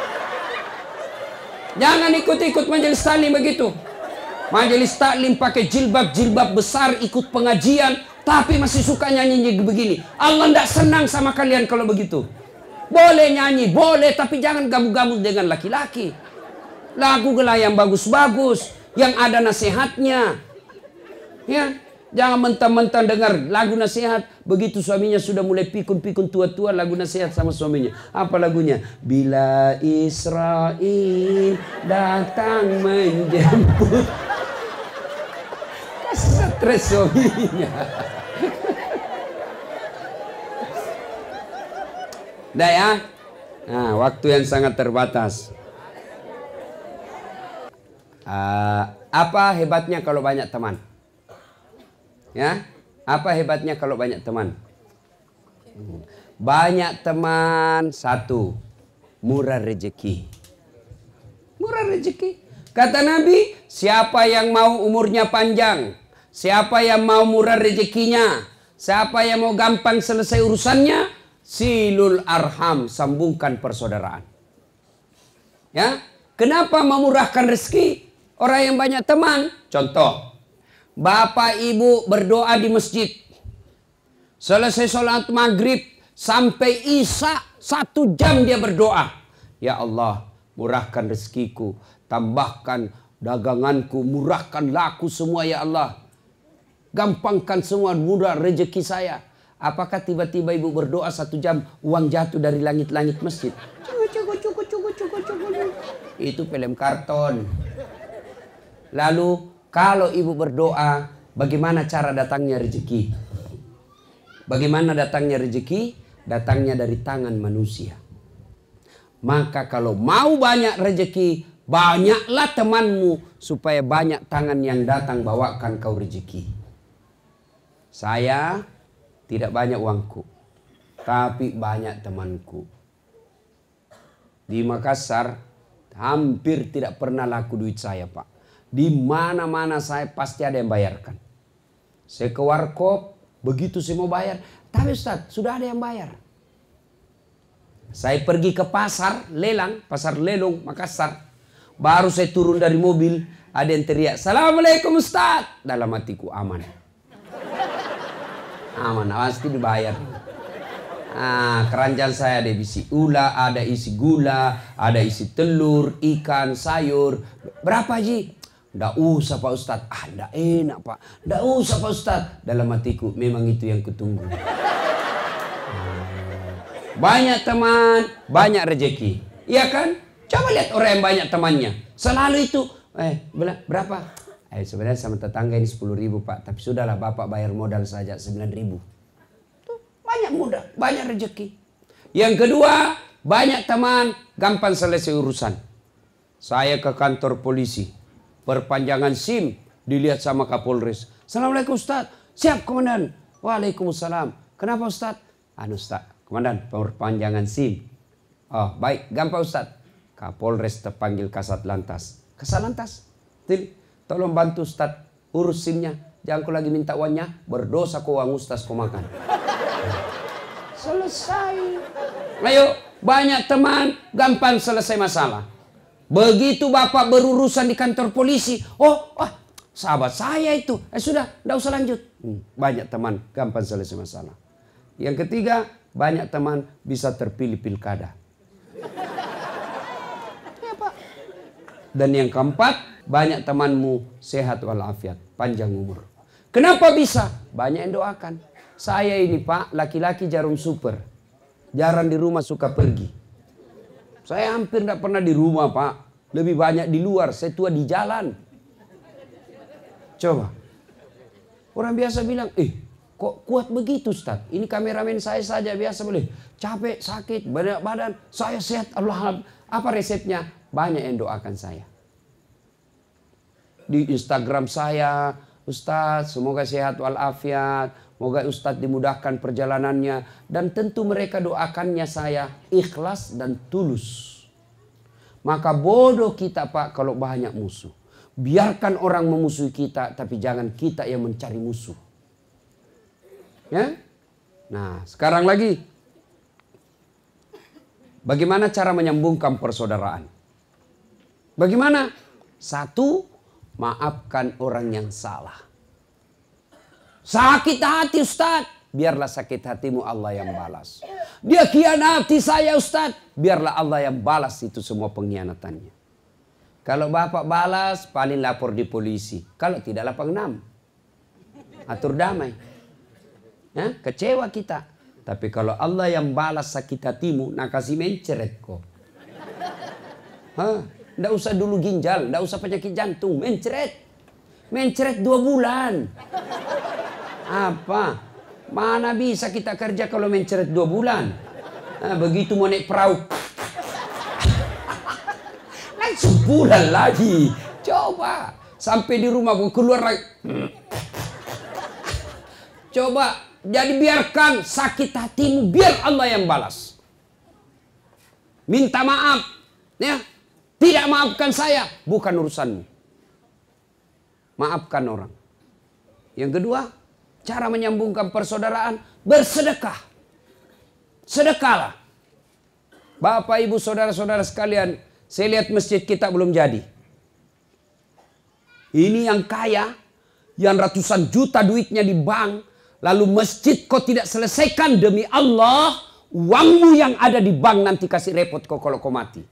Jangan ikut-ikut majelis taklim begitu. Majelis taklim pakai jilbab besar, ikut pengajian, tapi masih suka nyanyi begini. Allah tidak senang sama kalian kalau begitu. Boleh nyanyi, boleh, tapi jangan gabung-gabung dengan laki-laki. Lagu yang bagus-bagus, yang ada nasihatnya. Ya, jangan mentang-mentang dengar lagu nasihat. Begitu suaminya sudah mulai pikun-pikun tua-tua, lagu nasihat sama suaminya. Apa lagunya? Bila Israel datang menjemput. Stres suaminya. Dah ya. Nah, waktu yang sangat terbatas. Apa hebatnya kalau banyak teman? Ya, apa hebatnya kalau banyak teman? Banyak teman, 1, murah rezeki. Murah rezeki. Kata Nabi, siapa yang mau umurnya panjang, siapa yang mau murah rezekinya, siapa yang mau gampang selesai urusannya, silul arham, sambungkan persaudaraan. Ya, kenapa memurahkan rezeki? Orang yang banyak teman, contoh, bapak ibu berdoa di masjid, selesai sholat maghrib sampai isya 1 jam dia berdoa. Ya Allah, murahkan rezekiku, tambahkan daganganku, murahkan laku semua ya Allah. Gampangkan semua, murah rezeki saya. Apakah tiba-tiba ibu berdoa 1 jam uang jatuh dari langit-langit masjid? Cukup. Itu film karton. Lalu kalau ibu berdoa, bagaimana cara datangnya rezeki? Bagaimana datangnya rezeki? Datangnya dari tangan manusia. Maka kalau mau banyak rezeki, banyaklah temanmu supaya banyak tangan yang datang bawakan kau rezeki. Saya tidak banyak uangku, tapi banyak temanku. Di Makassar hampir tidak pernah laku duit saya, Pak. Di mana-mana saya pasti ada yang bayarkan. Saya ke warkop, begitu saya mau bayar, tapi Ustaz sudah ada yang bayar. Saya pergi ke pasar lelang, pasar Lelong Makassar. Baru saya turun dari mobil, ada yang teriak, "Assalamualaikum Ustaz." Dalam hatiku aman. Aman, pasti dibayar. Keranjang saya ada isi ula, ada isi gula, ada isi telur, ikan, sayur. Berapa Ji? Nggak usah Pak Ustaz. Nggak enak Pak. Nggak usah Pak Ustaz. Dalam hatiku, memang itu yang kutunggu. Banyak teman, banyak rezeki. Iya kan? Coba lihat orang yang banyak temannya. Selalu itu, berapa? Sebenarnya sama tetangga ini 10.000 Pak. Tapi sudahlah Bapak bayar modal saja 9.000. Tuh, banyak mudah, banyak rezeki. Yang kedua, banyak teman, gampang selesai urusan. Saya ke kantor polisi. Perpanjangan SIM, dilihat sama Kapolres. "Assalamualaikum Ustaz." "Siap Komandan." "Waalaikumsalam." "Kenapa Ustaz?" Ustaz, Komandan, perpanjangan SIM." "Oh baik, gampang Ustaz." Kapolres terpanggil Kasat Lantas. "Kasat Lantas, tolong bantu Ustaz urus SIM-nya. Jangan kau lagi minta uangnya, berdosa kau uang Ustaz kau makan." Selesai. Ayo, banyak teman, gampang selesai masalah. Begitu Bapak berurusan di kantor polisi, sahabat saya itu, sudah, tidak usah lanjut. Banyak teman, gampang selesai masalah. Yang ketiga, banyak teman bisa terpilih pilkada. Ya Pak. Dan yang keempat, banyak temanmu sehat walafiat, panjang umur. Kenapa bisa? Banyak yang doakan. Saya ini Pak, laki-laki jarum super. Jarang di rumah, suka pergi. Saya hampir tidak pernah di rumah Pak. Lebih banyak di luar, saya tua di jalan. Coba. Orang biasa bilang, kok kuat begitu Ustaz? Ini kameramen saya saja biasa boleh. Capek, sakit, banyak badan. Saya sehat, Allah. Apa resepnya? Banyak yang doakan saya. Di Instagram saya, "Ustaz, semoga sehat walafiat. Semoga Ustaz dimudahkan perjalanannya." Dan tentu mereka doakannya saya ikhlas dan tulus. Maka bodoh kita Pak kalau banyak musuh. Biarkan orang memusuhi kita, tapi jangan kita yang mencari musuh. Ya? Nah, sekarang lagi. Bagaimana cara menyambungkan persaudaraan? Bagaimana? Satu, maafkan orang yang salah. Sakit hati Ustaz, biarlah sakit hatimu Allah yang balas. Dia khianati saya Ustaz, biarlah Allah yang balas itu semua pengkhianatannya. Kalau Bapak balas, paling lapor di polisi. Kalau tidak, lapor 6. Atur damai. Ya, kecewa kita. Tapi kalau Allah yang balas sakit hatimu, nak kasih menceret kok. Nggak usah dulu ginjal, nggak usah penyakit jantung, menceret. Menceret 2 bulan. Apa? Mana bisa kita kerja kalau menceret 2 bulan? Begitu mau naik perahu, naik sebulan lagi. Coba sampai di rumah gue keluar lagi. Coba, jadi biarkan sakit hatimu, biar Allah yang balas. Minta maaf, ya. Tidak maafkan saya, bukan urusanmu. Maafkan orang. Yang kedua, cara menyambungkan persaudaraan, bersedekah. Sedekahlah. Bapak, Ibu, saudara-saudara sekalian, saya lihat masjid kita belum jadi. Ini yang kaya, yang ratusan juta duitnya di bank, lalu masjid kau tidak selesaikan demi Allah, uangmu yang ada di bank nanti kasih repot kau kalau kau mati.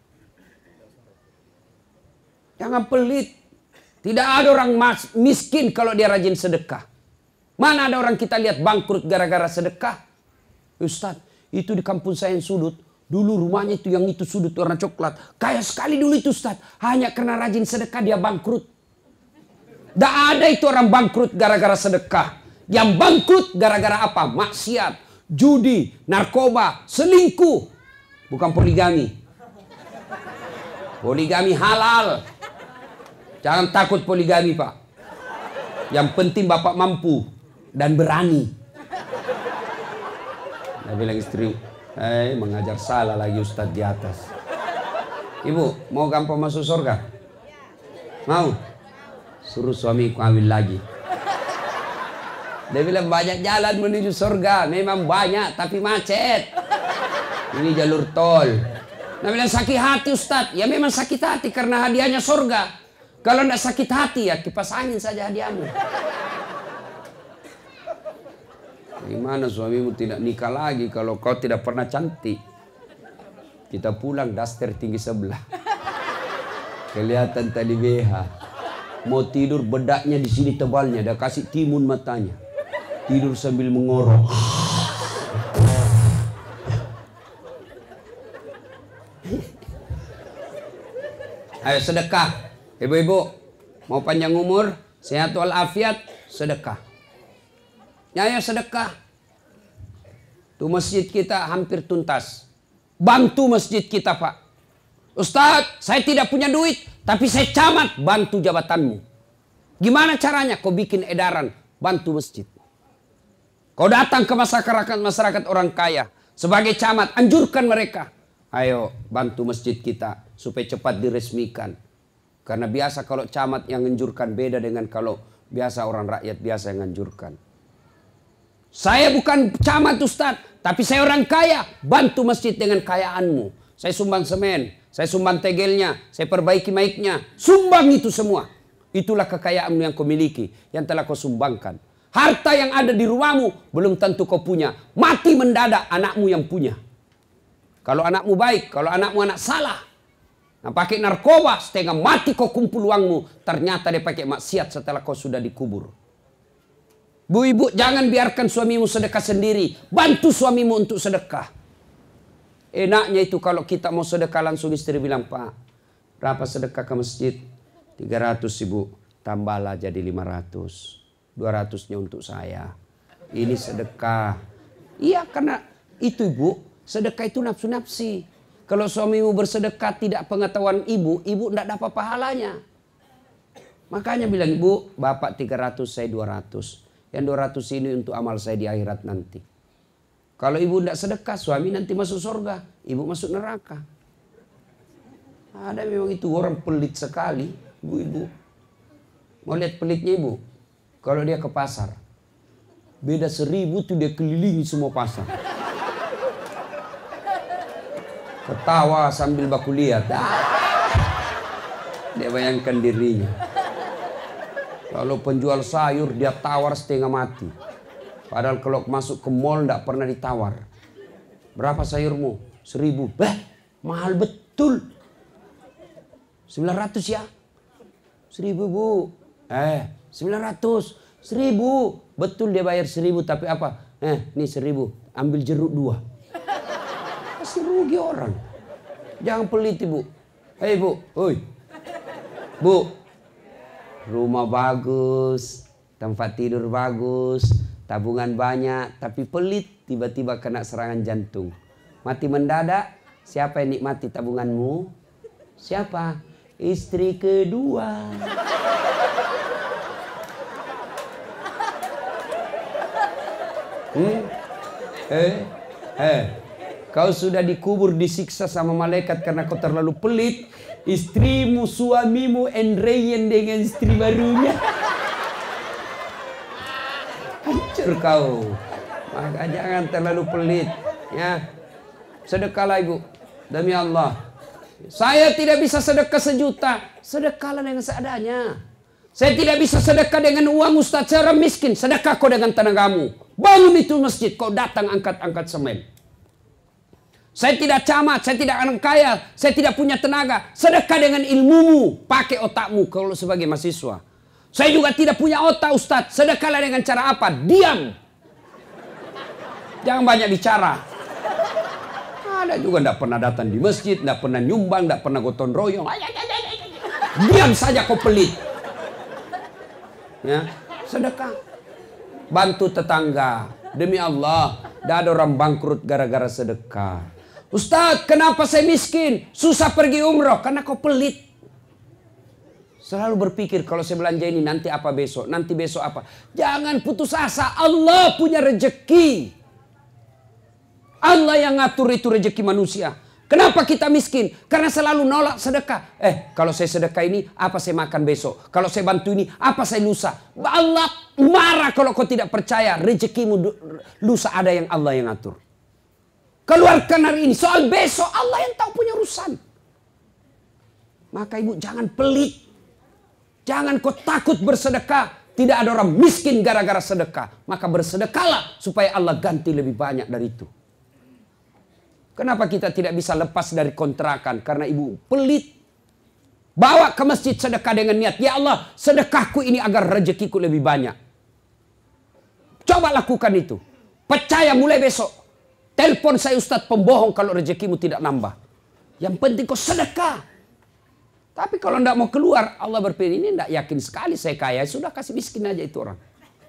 Jangan pelit. Tidak ada orang miskin kalau dia rajin sedekah. Mana ada orang kita lihat bangkrut gara-gara sedekah? Ustaz, itu di kampung saya yang sudut. Dulu rumahnya itu yang itu sudut warna coklat. Kaya sekali dulu itu Ustaz. Hanya karena rajin sedekah dia bangkrut. Tidak ada itu orang bangkrut gara-gara sedekah. Yang bangkrut gara-gara apa? Maksiat, judi, narkoba, selingkuh. Bukan poligami. Poligami halal. Jangan takut poligami, Pak. Yang penting Bapak mampu dan berani. Dia bilang istri, mengajar salah lagi Ustadz di atas. Ibu, mau gampang masuk surga? Mau? Suruh suami kawin lagi. Dia bilang banyak jalan menuju surga. Memang banyak, tapi macet. Ini jalur tol. Dia bilang sakit hati Ustadz. Ya memang sakit hati karena hadiahnya surga. Kalau tidak sakit hati ya kipas angin saja hadiahmu. Gimana suamimu tidak nikah lagi kalau kau tidak pernah cantik? Kita pulang daster tinggi sebelah. Kelihatan tadi BH. Mau tidur bedaknya di sini tebalnya. Dia kasih timun matanya. Tidur sambil mengorok. Ayo sedekah. Ibu-ibu, mau panjang umur, sehat walafiat, sedekah. Ya, ayo sedekah. Tuh masjid kita hampir tuntas. Bantu masjid kita, Pak. Ustadz, saya tidak punya duit, tapi saya camat, bantu jabatanmu. Gimana caranya? Kau bikin edaran, bantu masjid. Kau datang ke masyarakat orang kaya. Sebagai camat, anjurkan mereka. Ayo, bantu masjid kita, supaya cepat diresmikan. Karena biasa kalau camat yang nganjurkan beda dengan kalau biasa orang rakyat biasa yang nganjurkan. Saya bukan camat Ustadz, tapi saya orang kaya. Bantu masjid dengan kayaanmu. Saya sumbang semen, saya sumbang tegelnya, saya perbaiki mic-nya. Sumbang itu semua. Itulah kekayaanmu yang kau miliki, yang telah kau sumbangkan. Harta yang ada di rumahmu belum tentu kau punya. Mati mendadak anakmu yang punya. Kalau anakmu baik, kalau anakmu anak salah. Nah, pakai narkoba, setengah mati kau kumpul uangmu. Ternyata dia pakai maksiat setelah kau sudah dikubur. Bu ibu, jangan biarkan suamimu sedekah sendiri. Bantu suamimu untuk sedekah. Enaknya itu kalau kita mau sedekah langsung istri bilang, Pak, berapa sedekah ke masjid? 300 ibu, tambahlah jadi 500. 200-nya untuk saya. Ini sedekah. Iya, karena itu ibu, sedekah itu nafsu-nafsi. Kalau suamimu bersedekah tidak pengetahuan ibu, ibu tidak dapat pahalanya. Makanya bilang, ibu, bapak 300, saya 200. Yang 200 ini untuk amal saya di akhirat nanti. Kalau ibu tidak sedekah, suami nanti masuk surga, ibu masuk neraka. Ada memang itu orang pelit sekali, ibu-ibu. Mau lihat pelitnya ibu? Kalau dia ke pasar, beda 1000 tuh dia kelilingi semua pasar. Ketawa sambil baku lihat. Dia bayangkan dirinya. Kalau penjual sayur dia tawar setengah mati. Padahal kalau masuk ke mall tidak pernah ditawar. Berapa sayurmu? 1000. Mahal betul. 900 ya? 1000 bu. 900. 1000. Betul dia bayar 1000 tapi apa? Ini 1000. Ambil jeruk 2. Pasti rugi orang. Jangan pelit ibu. Hei bu, oi. Bu, rumah bagus, tempat tidur bagus, tabungan banyak, tapi pelit tiba-tiba kena serangan jantung. Mati mendadak, siapa yang nikmati tabunganmu? Siapa? Istri kedua. Kau sudah dikubur disiksa sama malaikat karena kau terlalu pelit. Istrimu, suamimu enreyen dengan istri barunya. Hancur kau. Maka jangan terlalu pelit. Ya, sedekahlah ibu. Demi Allah. Saya tidak bisa sedekah 1 juta. Sedekahlah dengan seadanya. Saya tidak bisa sedekah dengan uang Ustaz. Saya orang miskin. Sedekah kau dengan tenagamu. Bangun itu masjid. Kau datang angkat-angkat semen. Saya tidak camat, saya tidak orang kaya, saya tidak punya tenaga. Sedekah dengan ilmumu, pakai otakmu kalau sebagai mahasiswa. Saya juga tidak punya otak Ustadz. Sedekahlah dengan cara apa? Diam. Jangan banyak bicara. Ada juga tidak pernah datang di masjid, tidak pernah nyumbang, tidak pernah gotong royong. Diam saja kau pelit. Ya, sedekah. Bantu tetangga. Demi Allah, tidak ada orang bangkrut gara-gara sedekah. Ustadz, kenapa saya miskin? Susah pergi umroh. Karena kau pelit. Selalu berpikir kalau saya belanja ini nanti apa besok. Nanti besok apa. Jangan putus asa. Allah punya rezeki. Allah yang ngatur itu rezeki manusia. Kenapa kita miskin? Karena selalu nolak sedekah. Kalau saya sedekah ini, apa saya makan besok? Kalau saya bantu ini, apa saya lusa? Allah marah kalau kau tidak percaya. Rezekimu lusa ada yang Allah yang ngatur. Keluarkan hari ini. Soal besok Allah yang tahu punya urusan. Maka ibu jangan pelit. Jangan kau takut bersedekah. Tidak ada orang miskin gara-gara sedekah. Maka bersedekahlah supaya Allah ganti lebih banyak dari itu. Kenapa kita tidak bisa lepas dari kontrakan? Karena ibu pelit. Bawa ke masjid sedekah dengan niat. Ya Allah, sedekahku ini agar rezekiku lebih banyak. Coba lakukan itu. Percaya mulai besok. Telepon saya Ustadz pembohong kalau rezekimu tidak nambah. Yang penting kau sedekah. Tapi kalau tidak mau keluar, Allah berpikir ini tidak yakin sekali saya kaya. Sudah kasih miskin aja itu orang.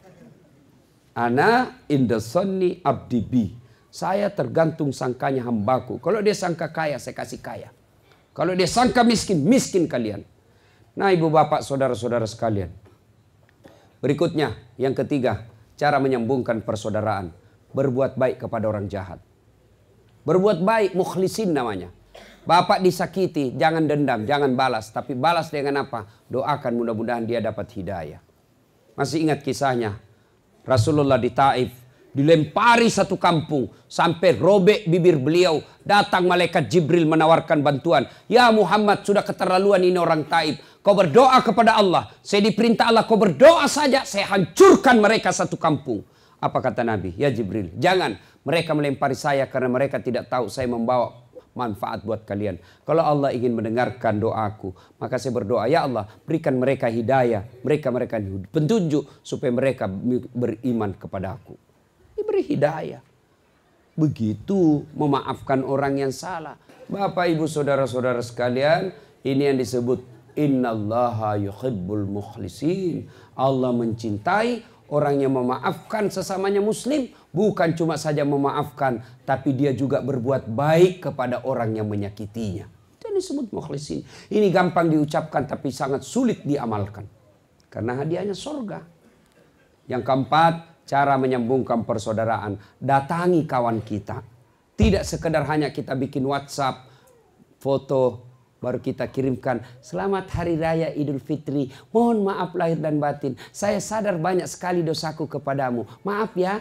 Ana indasonni abdi bi. Saya tergantung sangkanya hambaku. Kalau dia sangka kaya, saya kasih kaya. Kalau dia sangka miskin, miskin kalian. Nah ibu bapak saudara-saudara sekalian. Berikutnya, yang ketiga, cara menyambungkan persaudaraan. Berbuat baik kepada orang jahat. Berbuat baik, mukhlisin namanya. Bapak disakiti, jangan dendam, jangan balas. Tapi balas dengan apa? Doakan mudah-mudahan dia dapat hidayah. Masih ingat kisahnya? Rasulullah di Taif. Dilempari satu kampung sampai robek bibir beliau. Datang malaikat Jibril menawarkan bantuan. Ya Muhammad, sudah keterlaluan ini orang Taif. Kau berdoa kepada Allah. Saya diperintah Allah, kau berdoa saja. Saya hancurkan mereka satu kampung. Apa kata Nabi? Ya Jibril, jangan. Mereka melempari saya karena mereka tidak tahu saya membawa manfaat buat kalian. Kalau Allah ingin mendengarkan doaku, maka saya berdoa, ya Allah, berikan mereka hidayah. Mereka petunjuk supaya mereka beriman kepada aku. Diberi hidayah. Begitu memaafkan orang yang salah. Bapak ibu saudara-saudara sekalian, ini yang disebut innallaha yuhibbul mukhlisin. Allah mencintai orang yang memaafkan sesamanya muslim. Bukan cuma saja memaafkan, tapi dia juga berbuat baik kepada orang yang menyakitinya. Itu yang disebut mukhlisin. Ini gampang diucapkan tapi sangat sulit diamalkan. Karena hadiahnya surga. Yang keempat, cara menyambungkan persaudaraan. Datangi kawan kita. Tidak sekedar hanya kita bikin WhatsApp, foto, baru kita kirimkan. Selamat Hari Raya Idul Fitri. Mohon maaf lahir dan batin. Saya sadar banyak sekali dosaku kepadamu. Maaf ya.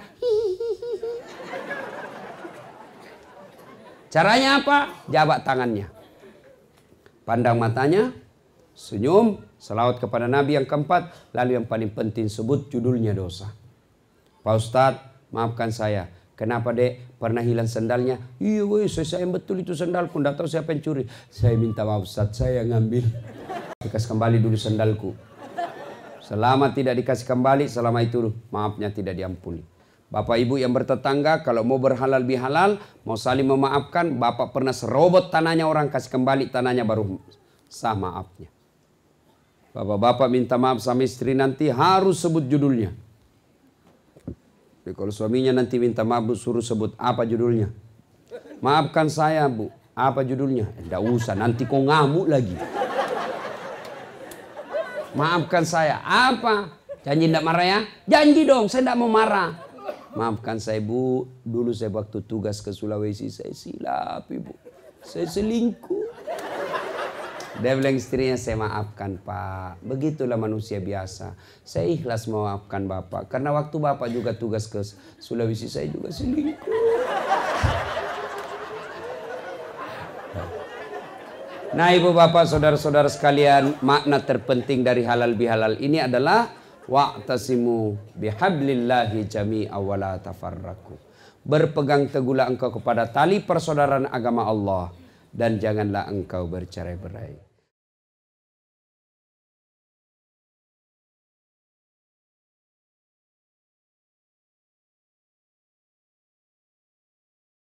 Caranya apa? Jabat tangannya. Pandang matanya. Senyum. Selawat kepada Nabi yang keempat. Lalu yang paling penting sebut judulnya dosa. Pak Ustadz, maafkan saya. Kenapa dek? Pernah hilang sandalnya? Iya woi, saya sayang betul itu sandalku. Nggak tahu siapa yang curi. Saya minta maaf Ustadz, saya ngambil. Dikasih kembali dulu sandalku. Selama tidak dikasih kembali, selama itu maafnya tidak diampuni. Bapak ibu yang bertetangga, kalau mau berhalal bihalal, mau saling memaafkan, bapak pernah serobot tanahnya orang, kasih kembali tanahnya baru sah maafnya. Bapak-bapak minta maaf sama istri nanti harus sebut judulnya. Jadi kalau suaminya nanti minta maaf, suruh sebut apa judulnya. Maafkan saya bu, apa judulnya? Tidak usah, nanti kau ngamuk lagi. Maafkan saya, apa? Janji tidak marah ya? Janji dong, saya tidak mau marah. Maafkan saya bu, dulu saya waktu tugas ke Sulawesi, saya silap ibu. Saya selingkuh. Dia bilang istrinya, saya maafkan pak. Begitulah manusia biasa. Saya ikhlas memaafkan bapak. Karena waktu bapak juga tugas ke Sulawesi, saya juga selingkuh. Nah ibu bapak saudara-saudara sekalian, makna terpenting dari halal bihalal ini adalah wa'tasimu bihablillahi jami'a wa la tafarraku. Berpegang teguhlah engkau kepada tali persaudaraan agama Allah dan janganlah engkau bercerai-berai.